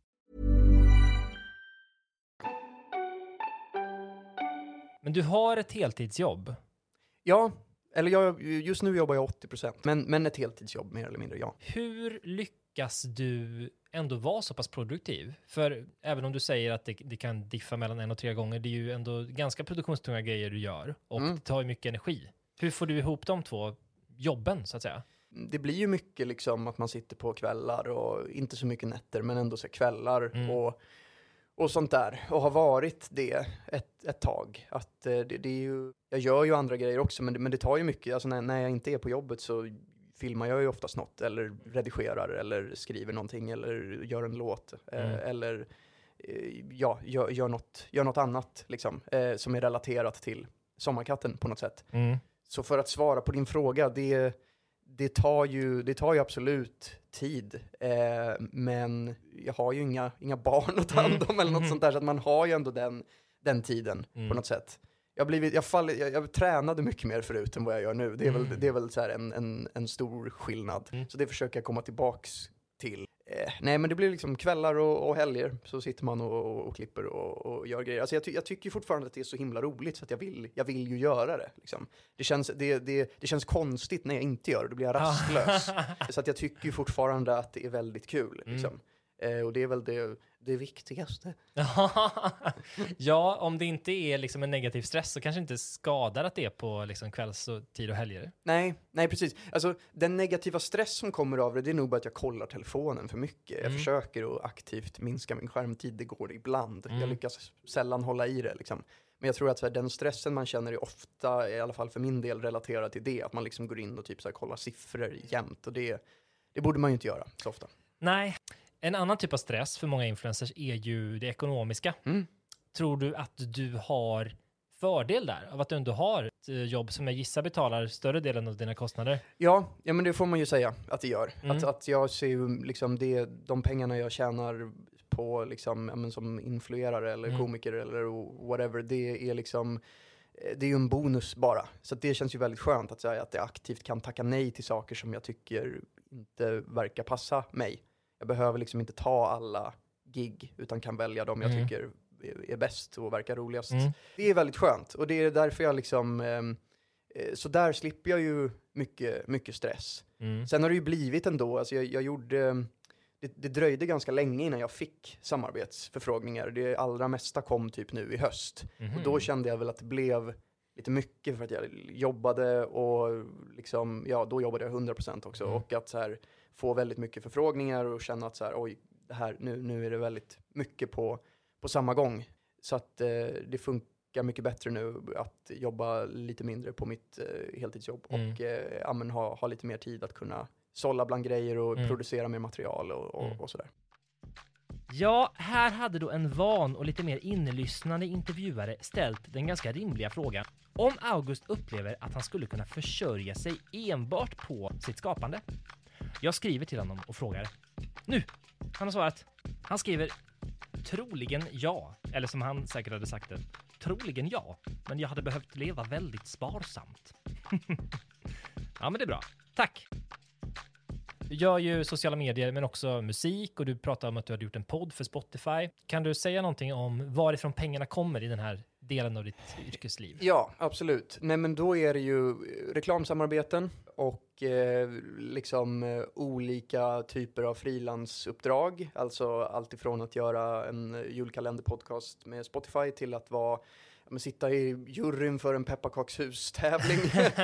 Men du har ett heltidsjobb. Ja, eller jag, just nu jobbar jag åttio procent. Men, men ett heltidsjobb mer eller mindre, ja. Hur lyckas du ändå vara så pass produktiv? För även om du säger att det, det kan diffa mellan en och tre gånger, det är ju ändå ganska produktionstunga grejer du gör. Och mm. det tar ju mycket energi. Hur får du ihop de två jobben, så att säga? Det blir ju mycket liksom att man sitter på kvällar och inte så mycket nätter, men ändå så kvällar mm. och... Och sånt där. Och har varit det ett, ett tag. Att eh, det, det är ju, jag gör ju andra grejer också, men det, men det tar ju mycket. Alltså när, när jag inte är på jobbet så filmar jag ju oftast något. Eller redigerar, eller skriver någonting. Eller gör en låt. Mm. Eh, eller eh, ja, gör, gör, något, gör något annat liksom, eh, som är relaterat till Sommarkatten på något sätt. Mm. Så för att svara på din fråga, det, det, tar, ju, det tar ju absolut tid. Eh, men jag har ju inga, inga barn att ta hand om mm. eller något mm. sånt där. Så att man har ju ändå den, den tiden mm. på något sätt. Jag, blivit, jag, fall, jag, jag tränade mycket mer förut än vad jag gör nu. Det är mm. väl, det är väl så här en, en, en stor skillnad. Mm. Så det försöker jag komma tillbaks till. Eh, nej, men det blir liksom kvällar och, och helger. Så sitter man och, och, och klipper och, och gör grejer. Alltså jag, ty- jag tycker fortfarande att det är så himla roligt. Så att jag vill, jag vill ju göra det. Liksom. Det, känns, det, det, det känns konstigt när jag inte gör det. Då blir jag rastlös. Så att jag tycker ju fortfarande att det är väldigt kul. Liksom. Mm. Eh, och det är väl det, det viktigaste. Ja, om det inte är liksom en negativ stress så kanske inte skadar att det är på liksom kvälls- och tid och helger. Nej, nej precis. Alltså, den negativa stress som kommer av det, det är nog bara att jag kollar telefonen för mycket. Mm. Jag försöker att aktivt minska min skärmtid, det går ibland. Mm. Jag lyckas sällan hålla i det liksom. Men jag tror att så här, den stressen man känner är ofta, i alla fall för min del, relaterad till det. Att man liksom går in och typ så här, kollar siffror jämt. Och det, det borde man ju inte göra så ofta. Nej. En annan typ av stress för många influencers är ju det ekonomiska. Mm. Tror du att du har fördel där av att du ändå har ett jobb som jag gissar betalar större delen av dina kostnader. Ja, ja men det får man ju säga att det gör. Mm. Att, att jag ser ju liksom det, de pengarna jag tjänar på liksom, ja, men som influerare eller Mm. komiker eller whatever, det är liksom, det är ju en bonus bara. Så att det känns ju väldigt skönt att säga att jag aktivt kan tacka nej till saker som jag tycker inte verkar passa mig. Jag behöver liksom inte ta alla gig utan kan välja dem jag Mm. tycker är, är bäst och verkar roligast. Mm. Det är väldigt skönt och det är därför jag liksom, eh, så där slipper jag ju mycket, mycket stress. Mm. Sen har det ju blivit ändå, alltså jag, jag gjorde, det, det dröjde ganska länge innan jag fick samarbetsförfrågningar. Det allra mesta kom typ nu i höst. Mhm. Och då kände jag väl att det blev lite mycket för att jag jobbade och liksom, ja då jobbade jag hundra procent också. Mm. Och att så här, få väldigt mycket förfrågningar och känna att så här, oj, det här, nu, nu är det väldigt mycket på, på samma gång. Så att eh, det funkar mycket bättre nu att jobba lite mindre på mitt eh, heltidsjobb Mm. och eh, ja, men ha, ha lite mer tid att kunna sålla bland grejer och Mm. producera mer material och, och, Mm. och sådär. Ja, här hade då en van och lite mer inlyssnande intervjuare ställt den ganska rimliga frågan om August upplever att han skulle kunna försörja sig enbart på sitt skapande. Jag skriver till honom och frågar. Nu! Han har svarat. Han skriver troligen ja, eller som han säkert hade sagt det, troligen ja, men jag hade behövt leva väldigt sparsamt. Ja, men det är bra. Tack! Du gör ju sociala medier men också musik och du pratar om att du har gjort en podd för Spotify. Kan du säga någonting om varifrån pengarna kommer i den här delen av ditt yrkesliv? Ja, absolut. Nej men då är det ju reklamsamarbeten och eh, liksom eh, olika typer av frilansuppdrag. Alltså allt ifrån att göra en julkalenderpodcast med Spotify till att vara men sitta i juryn för en pepparkakshus-tävling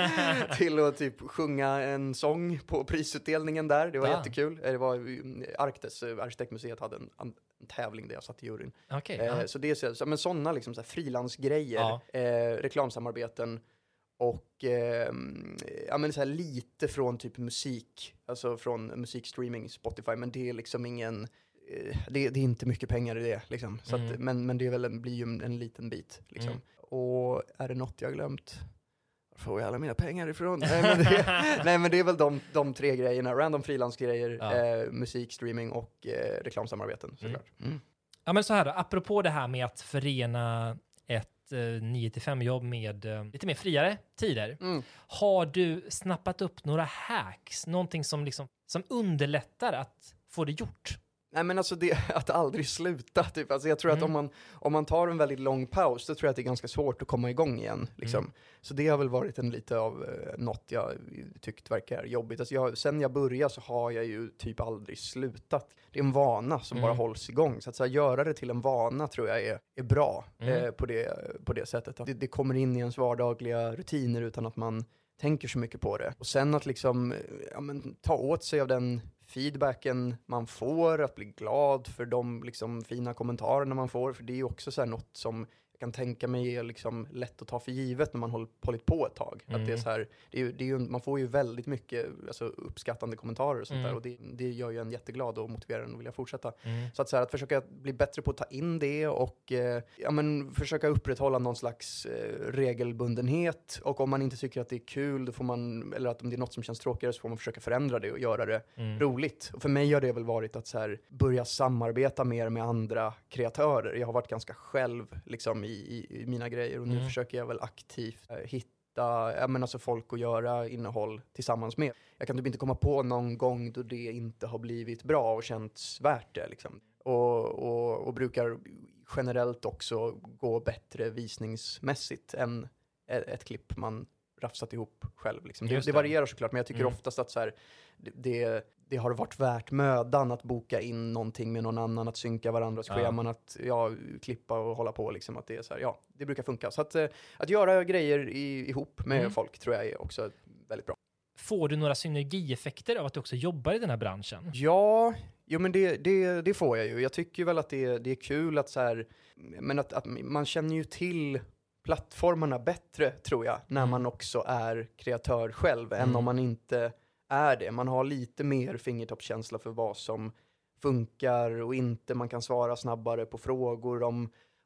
till att typ sjunga en sång på prisutdelningen där. Det var Ah. jättekul. Det var Arktis, Arkitektmuseet hade en, en tävling där jag satt i juryn. Okej. Eh, ja. så det är så, så, men sådana liksom så här frilansgrejer, Ja. eh, reklamsamarbeten och eh, ja, men så här lite från typ musik, alltså från musikstreaming, Spotify, men det är liksom ingen, eh, det, det är inte mycket pengar i det liksom. Så Mm. att, men, men det är väl en, blir ju en, en liten bit liksom. Mm. Och är det något jag glömt? Var får jag alla mina pengar ifrån? nej, men det, nej men det är väl de, de tre grejerna, random frilansgrejer, Ja. eh, musik, streaming och eh, reklamsamarbeten såklart. Mm. Ja, men så här då, apropå det här med att förena ett eh, nio till fem jobb med eh, lite mer friare tider. Mm. Har du snappat upp några hacks, någonting som liksom som underlättar att få det gjort? Nej men alltså det, att aldrig sluta typ. Alltså jag tror Mm. att om man, om man tar en väldigt lång paus, då tror jag att det är ganska svårt att komma igång igen. Liksom. Mm. Så det har väl varit en lite av eh, något jag tyckt verkar jobbigt. Alltså jag, sen jag började så har jag ju typ aldrig slutat. Det är en vana som Mm. bara hålls igång. Så att så här, göra det till en vana tror jag är, är bra Mm. eh, på, det, på det sättet. Att det, det kommer in i ens vardagliga rutiner utan att man tänker så mycket på det. Och sen att liksom, eh, ja, men, ta åt sig av den feedbacken man får, att bli glad för de liksom fina kommentarerna man får, för det är ju också så här något som jag kan tänka mig är liksom lätt att ta för givet när man håller, hållit på ett tag. Mm. Att det är så här, det är ju, det är ju, man får ju väldigt mycket alltså, uppskattande kommentarer och sånt Mm. där, och det, det gör ju en jätteglad och motiverar en att vilja fortsätta. Mm. Så att, så här, att försöka bli bättre på att ta in det och eh, ja, men, försöka upprätthålla någon slags eh, regelbundenhet, och om man inte tycker att det är kul, då får man, eller att om det är något som känns tråkigare, så får man försöka förändra det och göra det Mm. roligt. Och för mig har det väl varit att så här, börja samarbeta mer med andra kreatörer. Jag har varit ganska själv liksom, i, i, i mina grejer, och nu Mm. försöker jag väl aktivt eh, hitta ja, men alltså, folk att göra innehåll tillsammans med. Jag kan typ inte komma på någon gång då det inte har blivit bra och känts värt det. Liksom. Och, och, och brukar generellt också gå bättre visningsmässigt än ett, ett klipp man rafsat ihop själv. Liksom. Det, Just det det. varierar såklart, men jag tycker Mm. oftast att så här, det, det, det har varit värt mödan att boka in någonting med någon annan, att synka varandras Ja. scheman, att ja, klippa och hålla på. Liksom, att det är så här, ja, det brukar funka. Så att, eh, att göra grejer i, ihop med Mm. folk tror jag är också väldigt bra. Får du några synergieffekter av att du också jobbar i den här branschen? Ja, jo, men det, det, det får jag ju. Jag tycker väl att det, det är kul att så här, men att, att man känner ju till plattformarna bättre, tror jag, när Mm. man också är kreatör själv, än Mm. om man inte är det. Man har lite mer fingertoppskänsla för vad som funkar och inte. Man kan svara snabbare på frågor om,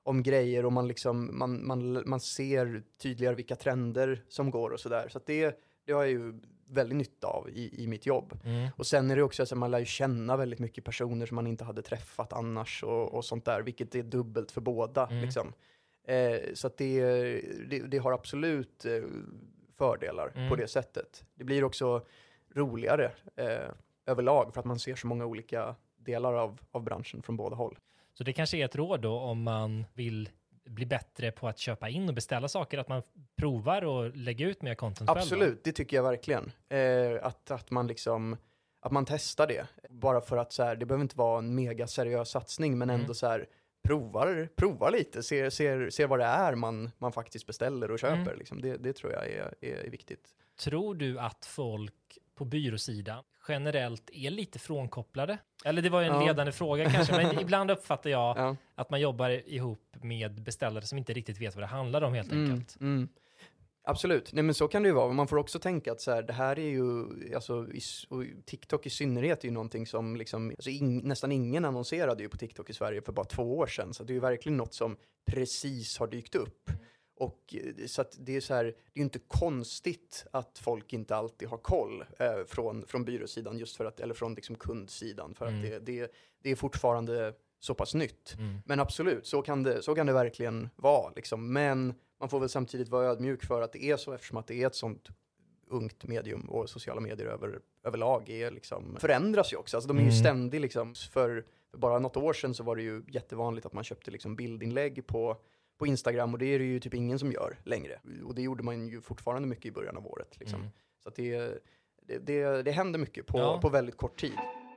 om grejer och man, liksom, man, man, man ser tydligare vilka trender som går och sådär. Så att det, det har jag ju väldigt nytta av i, i mitt jobb. Mm. Och sen är det också så att man lär ju känna väldigt mycket personer som man inte hade träffat annars och, och sånt där, vilket är dubbelt för båda. Mm. Liksom. Eh, så att det, det, det har absolut eh, fördelar mm. på det sättet. Det blir också roligare eh, överlag för att man ser så många olika delar av, av branschen från båda håll. Så det kanske är ett råd då om man vill bli bättre på att köpa in och beställa saker, att man provar och lägger ut mer content själv? Absolut, det tycker jag verkligen. Eh, att, att man liksom att man testar det. Bara för att så här, det behöver inte vara en mega seriös satsning, men ändå mm. så här provar, provar lite, ser, ser, ser vad det är man, man faktiskt beställer och köper. Mm. Liksom. Det, det tror jag är, är viktigt. Tror du att folk på byråsidan generellt är lite frånkopplade? Eller det var ju en ja. ledande fråga kanske, men ibland uppfattar jag ja. att man jobbar ihop med beställare som inte riktigt vet vad det handlar om helt mm, enkelt. Mm. Absolut, nej men så kan det ju vara. Man får också tänka att så här, det här är ju, alltså i, och TikTok i synnerhet är ju någonting som liksom, alltså in, nästan ingen annonserade ju på TikTok i Sverige för bara två år sedan. Så det är ju verkligen något som precis har dykt upp. Mm. Och så att det är så här, det är ju inte konstigt att folk inte alltid har koll eh, från, från byråsidan just för att, eller från liksom kundsidan, för mm. att det, det, det är fortfarande så pass nytt. Mm. Men absolut, så kan det, så kan det verkligen vara liksom. Men man får väl samtidigt vara ödmjuk för att det är så, eftersom att det är ett sånt ungt medium och sociala medier över, överlag är liksom, förändras ju också. Alltså de är ju mm. ständigt liksom, för, för bara något år sedan så var det ju jättevanligt att man köpte liksom bildinlägg på på Instagram, och det är det ju typ ingen som gör längre. Och det gjorde man ju fortfarande mycket i början av året. Liksom. Mm. Så att det, det, det, det händer mycket på, ja. på väldigt kort tid.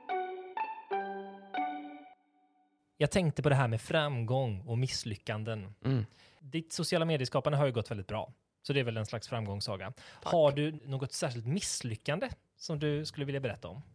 Jag tänkte på det här med framgång och misslyckanden. Mm. Ditt sociala medieskapande har ju gått väldigt bra. Så det är väl en slags framgångssaga. Tack. Har du något särskilt misslyckande som du skulle vilja berätta om?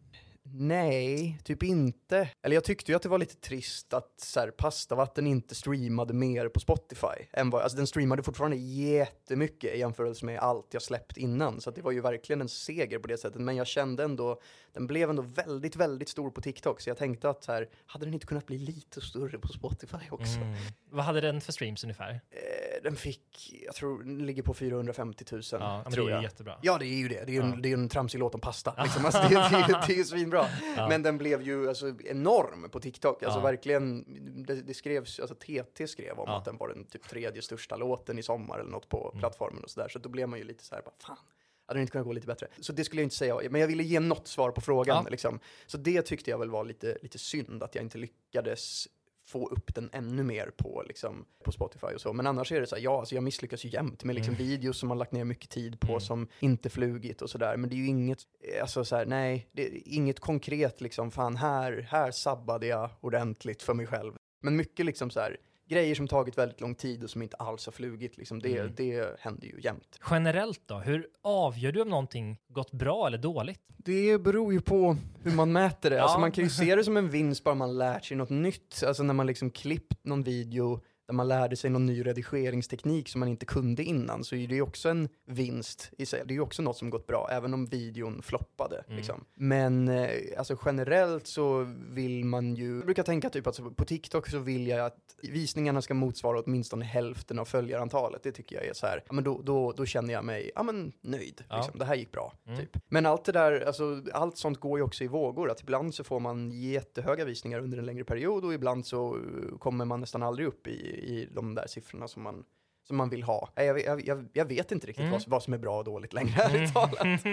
Nej, typ inte. Eller jag tyckte ju att det var lite trist att så här, Pastavatten inte streamade mer på Spotify. Än vad, alltså den streamade fortfarande jättemycket i jämförelse med allt jag släppt innan. Så att det var ju verkligen en seger på det sättet. Men jag kände ändå, den blev ändå väldigt, väldigt stor på TikTok. Så jag tänkte att så här, hade den inte kunnat bli lite större på Spotify också? Mm. Vad hade den för streams ungefär? Eh, den fick, jag tror, den ligger på fyrahundrafemtio tusen. Ja, men tror det är jag. jättebra. Ja, det är ju det. Det är ju ja. en, det är en tramsig låt om pasta. Liksom. Alltså, det, det, det, det är ju svinbra. Ja. Men den blev ju alltså, enorm på TikTok. Alltså ja. verkligen, det, det skrevs, alltså T T skrev om ja. att den var den typ tredje största låten i sommar eller något på mm. plattformen och sådär. Så då blev man ju lite så här, bara, fan, hade det inte kunnat gå lite bättre? Så det skulle jag inte säga, men jag ville ge något svar på frågan. Ja. Liksom. Så det tyckte jag väl var lite, lite synd, att jag inte lyckades få upp den ännu mer på, liksom, på Spotify och så. Men annars är det så här, ja, alltså jag misslyckas ju jämt med liksom, mm. videos som man lagt ner mycket tid på mm. som inte flugit och sådär. Men det är ju inget, alltså så här, nej, det är inget konkret liksom, fan här, här sabbade jag ordentligt för mig själv. Men mycket liksom så här, grejer som tagit väldigt lång tid och som inte alls har flugit, liksom, det, mm. det händer ju jämt. Generellt då, hur avgör du om någonting gått bra eller dåligt? Det beror ju på hur man mäter det. Ja. Alltså man kan ju se det som en vinst bara man lärt sig något nytt. Alltså när man liksom klippt någon video där man lärde sig någon ny redigeringsteknik som man inte kunde innan, så är det ju också en vinst i sig. Det är ju också något som gått bra, även om videon floppade. Mm. Liksom. Men eh, alltså generellt så vill man ju, jag brukar tänka typ att på TikTok så vill jag att visningarna ska motsvara åtminstone hälften av följarantalet. Det tycker jag är så här, ja men då, då, då känner jag mig, ja men nöjd. Ja. Liksom. Det här gick bra. Mm. Typ. Men allt det där, alltså allt sånt går ju också i vågor. Att ibland så får man jättehöga visningar under en längre period och ibland så kommer man nästan aldrig upp i i de där siffrorna som man, som man vill ha. Jag, jag, jag, jag vet inte riktigt mm. vad, vad som är bra och dåligt längre, ärligt talat.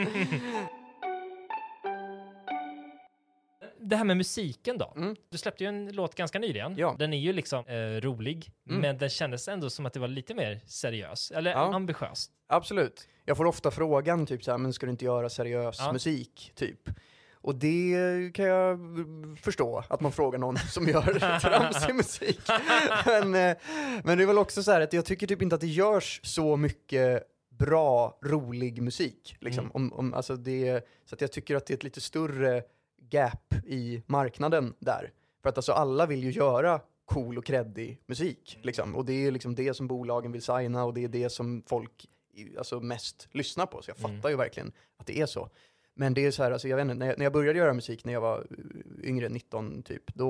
Det här med musiken då. Mm. Du släppte ju en låt ganska nyligen. Ja. Den är ju liksom eh, rolig, mm. men den kändes ändå som att det var lite mer seriös. Eller ja. ambitiös. Absolut. Jag får ofta frågan typ så här, men ska du inte göra seriös ja. musik? Typ. Och det kan jag förstå, att man frågar någon som gör tramsig musik. Men, men det är väl också så här att jag tycker typ inte att det görs så mycket bra, rolig musik. Liksom. Mm. Om, om, alltså det, så att jag tycker att det är ett lite större gap i marknaden där. För att alltså alla vill ju göra cool och kreddig musik. Liksom. Och det är liksom det som bolagen vill signa och det är det som folk alltså, mest lyssnar på. Så jag fattar mm. ju verkligen att det är så. Men det är så här, alltså jag vet inte, när jag, när jag började göra musik när jag var yngre, nitton typ, då,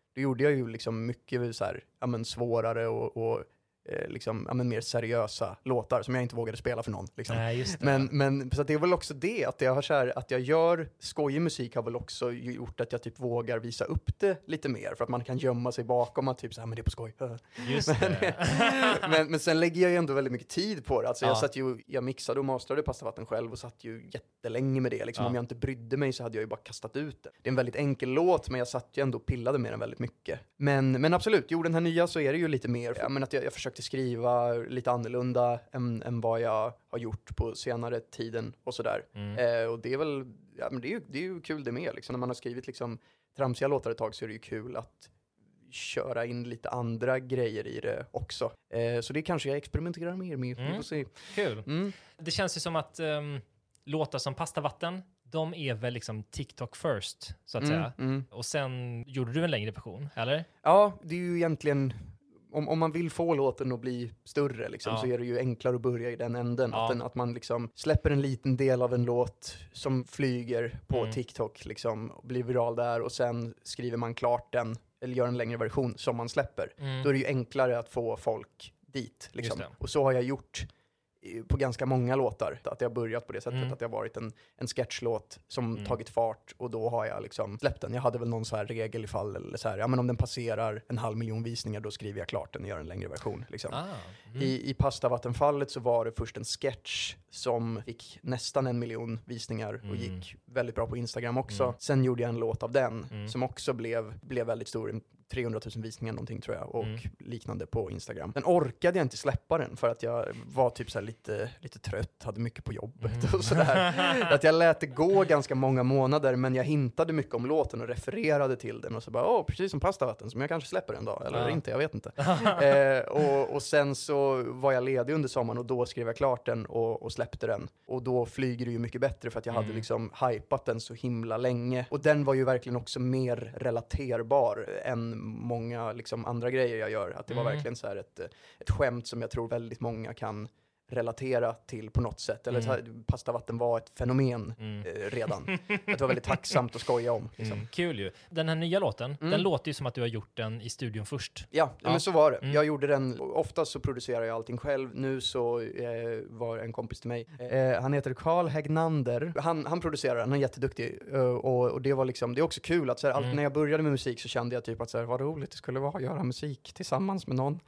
då gjorde jag ju liksom mycket så här, ja, men svårare och, och eh, liksom, ja, men mer seriösa låtar som jag inte vågade spela för någon. Liksom. Nej, just det. Men, men så att det är väl också det, att jag, har så här, att jag gör skojig musik har väl också gjort att jag typ vågar visa upp det lite mer. För att man kan gömma sig bakom att typ så här, men det är på skoj. Just men, det. men, men sen lägger jag ju ändå väldigt mycket tid på det. Alltså Ja. jag, satt ju, jag mixade och masterade Pasta Vatten själv och satt ju jättelänge med det. Liksom. Ja. Om jag inte brydde mig så hade jag ju bara kastat ut det. Det är en väldigt enkel låt, men jag satt ju ändå och pillade med den väldigt mycket. Men, men absolut, jo, den här nya så är det ju lite mer. Ja, men att jag, jag försökte skriva lite annorlunda än, än vad jag har gjort på senare tiden och sådär. Mm. Eh, och det är väl, ja, men det är ju, det är ju kul det med. Liksom. När man har skrivit liksom tramsiga låtar ett tag så är det ju kul att köra in lite andra grejer i det också. Eh, så det kanske jag experimenterar mer med. Mm. Vi får se. Kul. Mm. Det känns ju som att um, låtar som Pasta Vatten, de är väl liksom TikTok first, så att Mm, säga. mm. Och sen gjorde du en längre version, eller? Ja, det är ju egentligen, om, om man vill få låten att bli större liksom, Ja. så är det ju enklare att börja i den änden. Ja. Att, den, att man liksom släpper en liten del av en låt som flyger på Mm. TikTok, liksom, och blir viral där, och sen skriver man klart den, eller gör en längre version som man släpper. Mm. Då är det ju enklare att få folk dit. Liksom. Just det. Och så har jag gjort i- på ganska många låtar. Att jag har börjat på det sättet, Mm. att det har varit en, en sketchlåt som Mm. tagit fart, och då har jag liksom släppt den. Jag hade väl någon så här regel ifall, eller så här, ja, men om den passerar en halv miljon visningar, då skriver jag klart den och gör en längre version. Liksom. Ah. Mm. I, I Pasta Vattenfallet så var det först en sketch som fick nästan en miljon visningar och Mm. gick väldigt bra på Instagram också. Mm. Sen gjorde jag en låt av den Mm. som också blev, blev väldigt stor, trehundratusen visningar någonting tror jag, och Mm. liknande på Instagram. Den orkade jag inte släppa den för att jag var typ så här lite, lite trött, hade mycket på jobbet Mm. och sådär. Att jag lät det gå ganska många månader, men jag hintade mycket om låten och refererade till den och så bara, åh, precis som Pasta Vatten, som jag kanske släpper en dag, eller Ja. inte, jag vet inte. eh, och, och sen så var jag ledig under sommaren och då skrev jag klart den och, och släppte den. Och då flyger det ju mycket bättre för att jag Mm. hade liksom hypat den så himla länge. Och den var ju verkligen också mer relaterbar än många liksom andra grejer jag gör. Att det var Mm. verkligen så här ett, ett skämt som jag tror väldigt många kan relatera till på något sätt. Eller så här, Pasta Vatten var ett fenomen Mm. eh, redan. Att det var väldigt tacksamt att skoja om. Liksom. Mm. Kul ju. Den här nya låten, Mm. den låter ju som att du har gjort den i studion först. Ja, Ja. men så var det. Mm. Jag gjorde den, oftast så producerar jag allting själv. Nu så eh, var en kompis till mig, eh, han heter Carl Hägnander. Han, han producerar den, han är jätteduktig. Eh, och, och det var liksom, det är också kul att så här, Mm. allt, när jag började med musik så kände jag typ att så här, vad roligt det skulle vara att göra musik tillsammans med någon.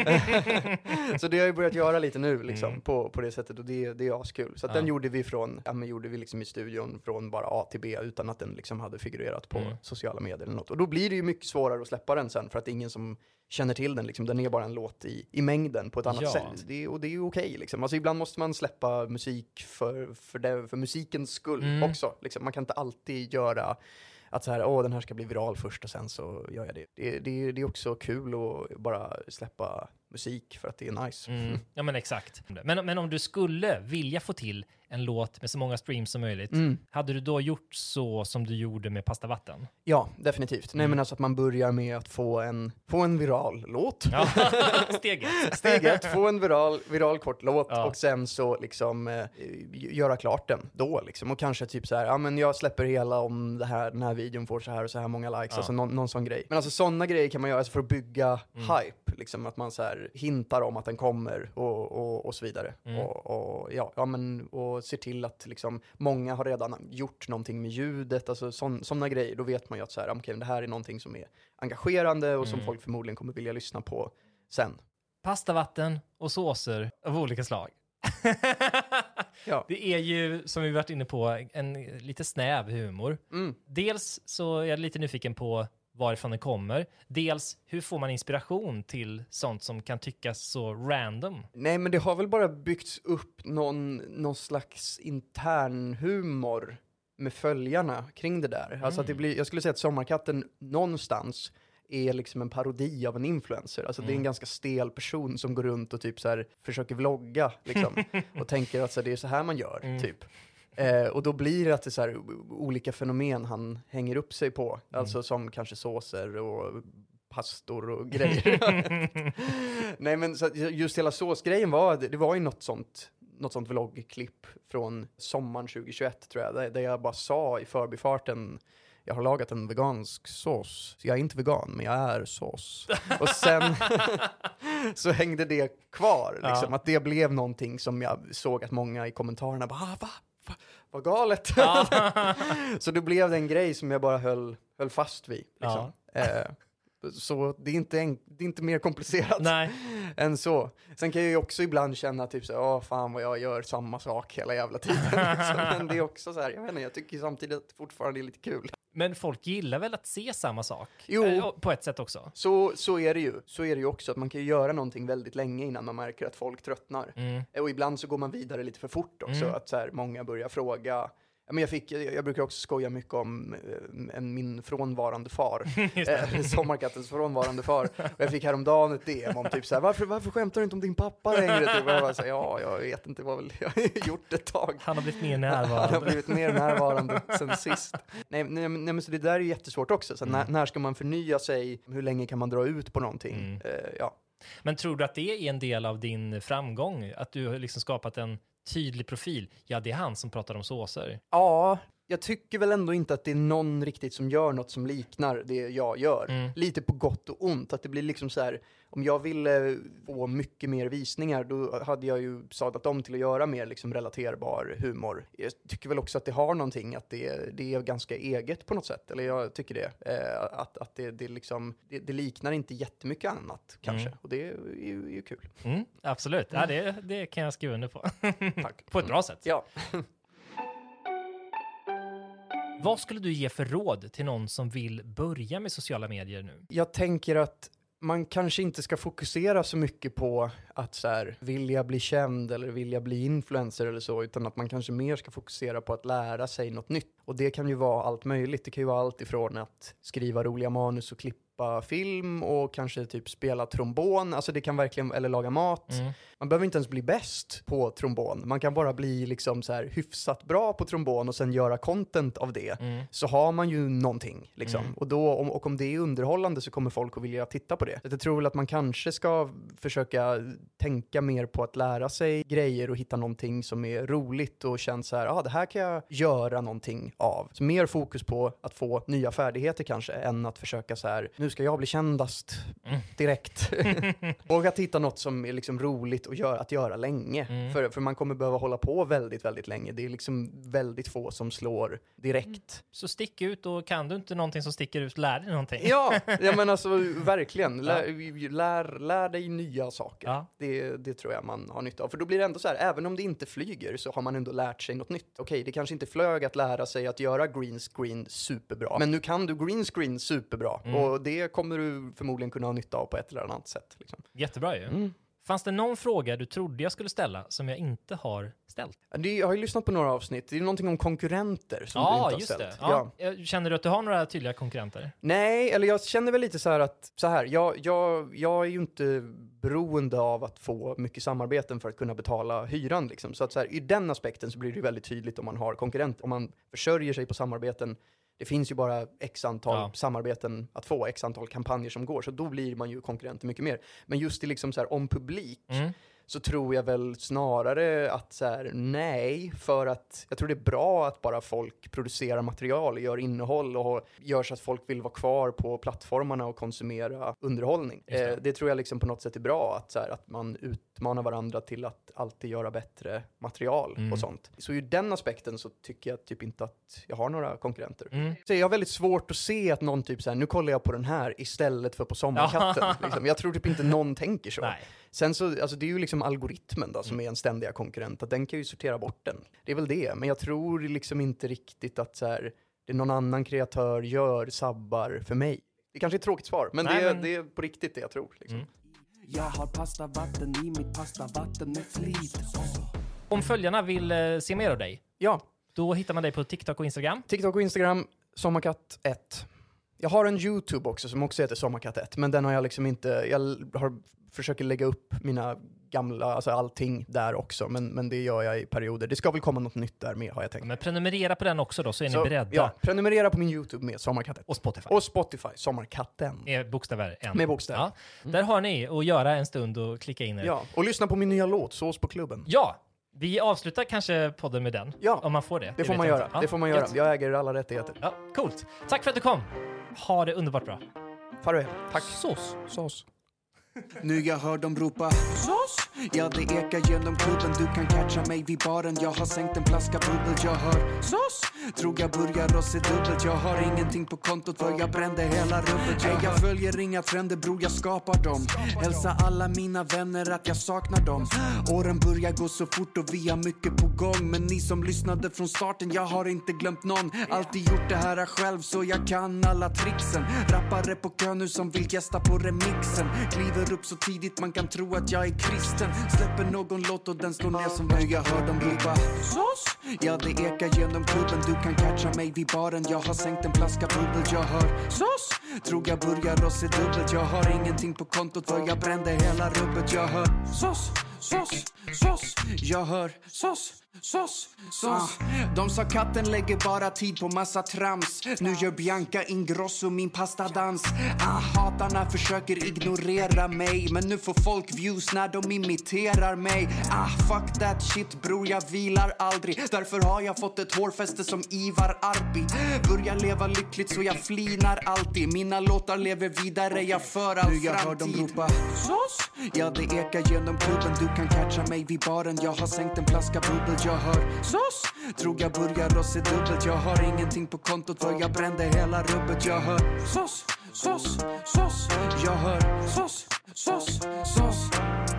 Så det har jag börjat göra lite nu liksom, Mm. på, på det sättet, och det, det är askul. Så att Ja. den gjorde vi från, ja men gjorde vi liksom i studion från bara A till B utan att den liksom hade figurerat på Mm. sociala medier eller något. Och då blir det ju mycket svårare att släppa den sen för att det är ingen som känner till den. Liksom. Den är bara en låt i, i mängden på ett annat Ja. sätt. Det, är- och det är ju okej. Liksom. Alltså, ibland måste man släppa musik för, för, det, för musikens skull Mm. också. Liksom. Man kan inte alltid göra att så här, åh, den här ska bli viral först och sen så gör jag det. Det, det, det är också kul att bara släppa musik för att det är nice. Mm. Ja, men exakt. Men, men om du skulle vilja få till en låt med så många streams som möjligt, Mm. hade du då gjort så som du gjorde med Pasta Vatten? Ja, definitivt. Nej, Mm. men alltså att man börjar med att få en, få en viral låt. Ja, steget. Steg ett, få en viral, viral kort låt Ja. och sen så liksom eh, göra klart den då liksom. Och kanske typ så här, ja men jag släpper hela om det här, den här videon får så här och så här många likes, Ja. alltså någon, någon sån grej. Men alltså sådana grejer kan man göra alltså för att bygga Mm. hype, liksom att man så här hintar om att den kommer och, och, och så vidare. Mm. Och, och, ja, ja, men, och ser till att liksom, många har redan gjort någonting med ljudet, alltså sådana grejer. Då vet man ju att så här, okay, det här är någonting som är engagerande och som Mm. folk förmodligen kommer vilja lyssna på sen. Pasta Vatten och såser av olika slag. Ja. Det är ju, som vi varit inne på, en lite snäv humor. Mm. Dels så är jag lite nyfiken på varifrån den kommer. Dels, hur får man inspiration till sånt som kan tyckas så random? Nej, men det har väl bara byggts upp någon, någon slags intern humor med följarna kring det där. Alltså att det blir, jag skulle säga att Sommarkatten någonstans är liksom en parodi av en influencer. Alltså det är en Mm. ganska stel person som går runt och typ så här försöker vlogga liksom, och tänker att så här, det är så här man gör, Mm. typ. Eh, och då blir det att det är så här, o- olika fenomen han hänger upp sig på. Alltså som kanske såser och pastor och grejer. Nej, men så att just hela såsgrejen var, det, det var ju något sånt, något sånt vloggklipp från sommaren tjugohundratjugoett tror jag, där, där jag bara sa i förbifarten jag har lagat en vegansk sås. Så jag är inte vegan, men jag är sås. Och sen så hängde det kvar. Liksom, Ja. Att det blev någonting som jag såg att många i kommentarerna bara, ah, va? va? Vad galet. Ja. Så det blev det en grej som jag bara höll, höll fast vid. Liksom. Ja. Eh, så det är, inte en, det är inte mer komplicerat Nej. än så. Sen kan jag ju också ibland känna typ så, åh fan vad jag gör samma sak hela jävla tiden. Liksom. Men det är också så här, jag vet inte, jag tycker samtidigt att det fortfarande är lite kul. Men folk gillar väl att se samma sak? Jo. Eh, på ett sätt också. Så, så är det ju. Så är det ju också att man kan ju göra någonting väldigt länge innan man märker att folk tröttnar. Mm. Och ibland så går man vidare lite för fort också. Mm. Att så här, många börjar fråga. Ja, men jag, fick, jag brukar också skoja mycket om eh, en, min frånvarande far. eh, sommarkattens frånvarande far. Och jag fick häromdagen ett D M om typ så här, varför, varför skämtar du inte om din pappa längre? Typ. Och jag bara så här, ja, jag vet inte vad väl jag har gjort ett tag. Han har blivit mer Han närvarande. har blivit mer närvarande sen sist. Nej, nej, nej, men så det där är jättesvårt också. Så Mm. när, när ska man förnya sig? Hur länge kan man dra ut på någonting? Mm. Eh, ja. Men tror du att det är en del av din framgång? Att du har liksom skapat en tydlig profil? Ja, det är han som pratar om såser. ja, jag tycker väl ändå inte att det är någon riktigt som gör något som liknar det jag gör. Mm. Lite på gott och ont. Att det blir liksom så här, om jag ville få mycket mer visningar, då hade jag ju sadlat om till att göra mer liksom relaterbar humor. Jag tycker väl också att det har någonting, att det, det är ganska eget på något sätt. Eller jag tycker det. Eh, att att det, det, liksom, det, det liknar inte jättemycket annat kanske. Mm. Och det är ju, är ju kul. Mm, absolut. Ja, det, det kan jag skriva under på. Tack. På ett bra sätt. Ja. Vad skulle du ge för råd till någon som vill börja med sociala medier nu? Jag tänker att man kanske inte ska fokusera så mycket på att så här, vill jag bli känd eller vill jag bli influencer eller så, utan att man kanske mer ska fokusera på att lära sig något nytt. Och det kan ju vara allt möjligt. Det kan ju vara allt ifrån att skriva roliga manus och klippa film och kanske typ spela trombon. Alltså det kan verkligen, eller laga mat. Mm. Man behöver inte ens bli bäst på trombon. Man kan bara bli liksom så här hyfsat bra på trombon och sen göra content av det. Mm. Så har man ju någonting liksom. Mm. Och, då, om, och om det är underhållande så kommer folk att vilja titta på det. Så jag tror väl att man kanske ska försöka tänka mer på att lära sig grejer och hitta någonting som är roligt och känns så här, ja ah, det här kan jag göra någonting av. Så mer fokus på att få nya färdigheter kanske än att försöka så här, nu ska jag bli kändast Mm. direkt. Och att hitta något som är liksom roligt att göra, att göra länge. Mm. För, för man kommer behöva hålla på väldigt, väldigt länge. Det är liksom väldigt få som slår direkt. Så stick ut, och kan du inte någonting som sticker ut, lär dig någonting. Ja, ja men alltså verkligen. Lär, lär, lär dig nya saker. Ja. Det, det tror jag man har nytta av. För då blir det ändå så här, även om det inte flyger så har man ändå lärt sig något nytt. Okej, det kanske inte flög att lära sig att göra green screen superbra. Men nu kan du green screen superbra. Mm. Och det kommer du förmodligen kunna ha nytta av på ett eller annat sätt. Liksom. Jättebra ju. Mm. Fanns det någon fråga du trodde jag skulle ställa som jag inte har ställt? Det, jag har ju lyssnat på några avsnitt. Det är någonting om konkurrenter som du inte Ja, har just ställt. det. Ja. Ja. Känner du att du har några tydliga konkurrenter? Nej, eller jag känner väl lite så här att så här, jag, jag, jag är ju inte beroende av att få mycket samarbeten för att kunna betala hyran liksom. Så att så här, i den aspekten så blir det ju väldigt tydligt om man har konkurrenter. Om man försörjer sig på samarbeten, det finns ju bara x antal Ja. samarbeten att få, x antal kampanjer som går, så då blir man ju konkurrenter mycket mer. Men just i liksom så här, om publik, Mm. så tror jag väl snarare att så här, nej, för att jag tror det är bra att bara folk producerar material och gör innehåll och gör så att folk vill vara kvar på plattformarna och konsumera underhållning. Just det. Eh, det tror jag liksom på något sätt är bra, att, så här, att man utmanar varandra till att alltid göra bättre material Mm. och sånt. Så ur den aspekten så tycker jag typ inte att jag har några konkurrenter. Mm. Så jag har väldigt svårt att se att någon typ så här, nu kollar jag på den här istället för på Sommarkatten. liksom. Jag tror typ inte någon tänker så. Nej. Sen så, alltså det är ju liksom algoritmen då, som Mm. är en ständiga konkurrent, att den kan ju sortera bort den. Det är väl det, men jag tror liksom inte riktigt att så här, det är någon annan kreatör gör sabbar för mig. Det kanske är ett tråkigt svar, men, Nej, det, är, men- det är på riktigt det jag tror. Liksom. Mm. Jag har pastavatten i mitt pastavatten med flit. Om följarna vill eh, se mer av dig, Ja, då hittar man dig på TikTok och Instagram. TikTok och Instagram, Sommarkatt ett. Jag har en YouTube också som också heter Sommarkatt ett, men den har jag liksom inte, jag har, försöker lägga upp mina gamla, alltså allting där också, men, men det gör jag i perioder. Det ska väl komma något nytt där med, har jag tänkt. Men prenumerera på den också då, så är Så, ni beredda. ja, prenumerera på min YouTube med Sommarkatt ett. Och Spotify. Och Spotify, Sommarkatten. Med bokstäver en. Med bokstäver. Ja. Där har ni att göra en stund och klicka in er. Ja, och lyssna på min nya låt, Sås på klubben. Ja, Vi avslutar kanske podden med den. Ja, om man får det. Det, det får man jag göra. inte. Ja, det får man göra. gött. Jag äger alla rättigheter. Ja, coolt. Tack för att du kom. Ha det underbart bra. Farväl. Tack. Sås. Sås. Nu jag hör dem ropa sås. Ja, det ekar genom klubben. Du kan catcha mig vid baren. Jag har sänkt en flaska bubbel. Jag hör sås. Tror jag börjar och se dubbelt. Jag har ingenting på kontot för jag brände hela rubbet. Jag, jag följer inga trender, bror, jag skapar dem. Hälsa alla mina vänner att jag saknar dem. Åren börjar gå så fort och vi har mycket på gång. Men ni som lyssnade från starten, jag har inte glömt någon. Alltid gjort det här själv så jag kan alla tricksen. Rappare på kö nu som vill gästa på remixen. Kliver upp så tidigt man kan tro att jag är kristen. Släpper någon låt och den slår ner som nu jag hör dem ropa sås. Ja, det ekar genom klubben. Du kan catcha mig vid baren. Jag har sänkt en flaska bubbel. Jag hör sås. Tror jag börjar och se dubbelt. Jag har ingenting på kontot för jag brände hela rubbet. Jag hör sås, sås, sås. Jag hör sås, sås, sås. De sa katten lägger bara tid på massa trams. Nu gör Bianca Ingrosso min pastadans. Ah, hatarna försöker ignorera mig. Men nu får folk views när de imiterar mig. Ah, fuck that shit bror, jag vilar aldrig. Därför har jag fått ett hårfäste som Ivar Arpi. Börjar leva lyckligt så jag flinar alltid. Mina låtar lever vidare, jag för all framtid. Nu jag hör dem ropa sås. Ja, det ekar genom klubben. Du kan catcha mig vid baren. Jag har sänkt en flaska bubbel. Jag hör sås. Tror jag börjar och se dubbelt. Jag har ingenting på kontot för jag brände hela rubbet. Jag hör sås, sås, sås. Jag hör sås, sås, sås.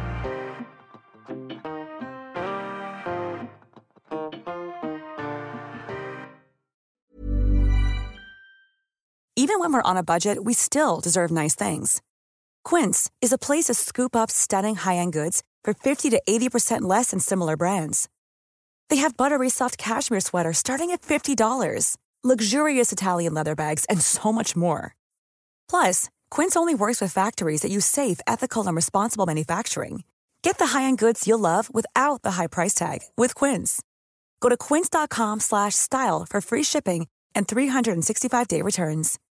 Even when we're on a budget, we still deserve nice things. Quince is a place to scoop up stunning high-end goods for fifty to eighty percent less than similar brands. They have buttery soft cashmere sweaters starting at fifty dollars, luxurious Italian leather bags, and so much more. Plus, Quince only works with factories that use safe, ethical, and responsible manufacturing. Get the high-end goods you'll love without the high price tag with Quince. Go to quince dot com slash style for free shipping and three sixty-five day returns.